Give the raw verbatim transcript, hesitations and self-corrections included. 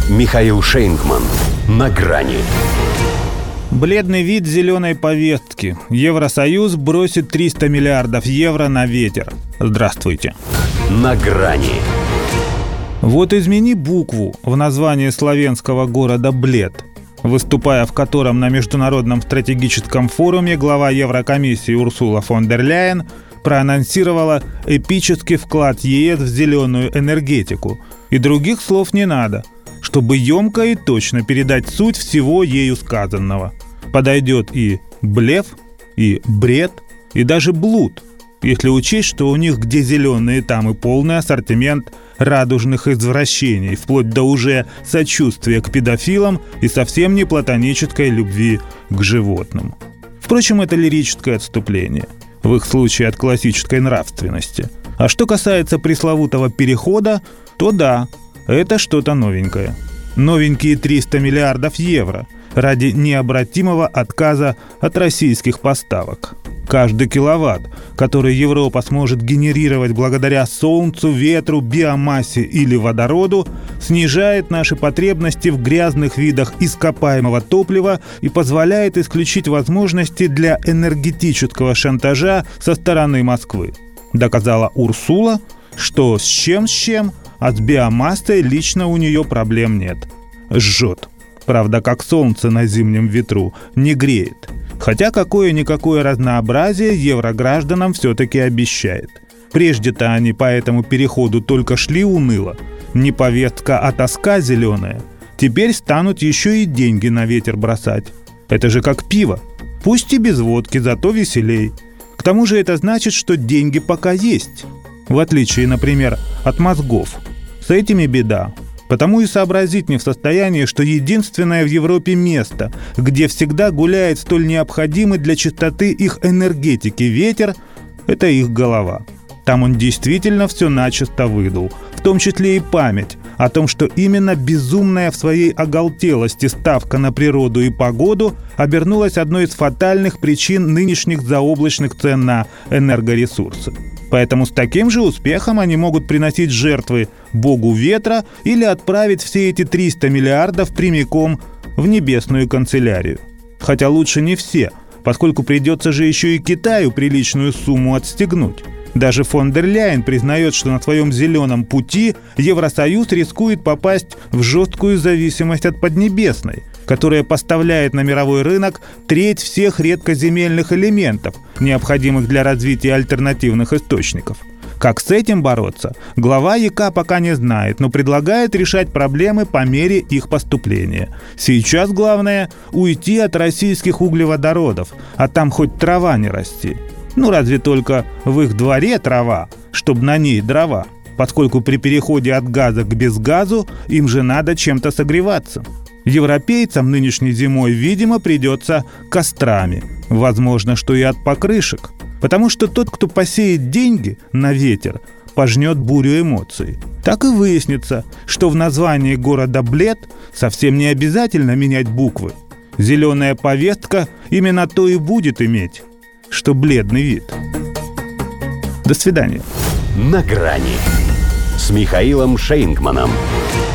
Михаил Шейнгман. На грани. Бледный вид зеленой повестки. Евросоюз бросит триста миллиардов евро на ветер. Здравствуйте. На грани. Вот измени букву в названии славянского города Блед, выступая в котором на Международном стратегическом форуме глава Еврокомиссии Урсула фон дер Ляйен проанонсировала эпический вклад ЕС в зеленую энергетику. И других слов не надо, чтобы емко и точно передать суть всего ею сказанного. Подойдет и блеф, и бред, и даже блуд, если учесть, что у них где зеленые, там и полный ассортимент радужных извращений, вплоть до уже сочувствия к педофилам и совсем не платонической любви к животным. Впрочем, это лирическое отступление, в их случае от классической нравственности. А что касается пресловутого перехода, то да, это что-то новенькое. Новенькие триста миллиардов евро ради необратимого отказа от российских поставок. Каждый киловатт, который Европа сможет генерировать благодаря солнцу, ветру, биомассе или водороду, снижает наши потребности в грязных видах ископаемого топлива и позволяет исключить возможности для энергетического шантажа со стороны Москвы. Доказала Урсула, что с чем с чем, а с биомассой лично у нее проблем нет. Жжет. Правда, как солнце на зимнем ветру, не греет. Хотя какое-никакое разнообразие еврогражданам все-таки обещает. Прежде-то они по этому переходу только шли уныло. Не повестка, а тоска зеленая. Теперь станут еще и деньги на ветер бросать. Это же как пиво. Пусть и без водки, зато веселей. К тому же это значит, что деньги пока есть. В отличие, например, от мозгов. С этими беда. Потому и сообразить не в состоянии, что единственное в Европе место, где всегда гуляет столь необходимый для чистоты их энергетики ветер, это их голова. Там он действительно все начисто выдул, в том числе и память о том, что именно безумная в своей оголтелости ставка на природу и погоду обернулась одной из фатальных причин нынешних заоблачных цен на энергоресурсы. Поэтому с таким же успехом они могут приносить жертвы богу ветра или отправить все эти триста миллиардов прямиком в небесную канцелярию. Хотя лучше не все, поскольку придется же еще и Китаю приличную сумму отстегнуть. Даже фон дер Ляйен признает, что на своем зеленом пути Евросоюз рискует попасть в жесткую зависимость от Поднебесной, которая поставляет на мировой рынок треть всех редкоземельных элементов, необходимых для развития альтернативных источников. Как с этим бороться, глава ЕК пока не знает, но предлагает решать проблемы по мере их поступления. Сейчас главное – уйти от российских углеводородов, а там хоть трава не расти. Ну разве только в их дворе трава, чтобы на ней дрова, поскольку при переходе от газа к безгазу им же надо чем-то согреваться. Европейцам нынешней зимой, видимо, придется кострами, возможно, что и от покрышек, потому что тот, кто посеет деньги на ветер, пожнет бурю эмоций. Так и выяснится, что в названии города Блед совсем не обязательно менять буквы. Зеленая повестка именно то и будет иметь, что бледный вид. До свидания. На грани с Михаилом Шейнгманом.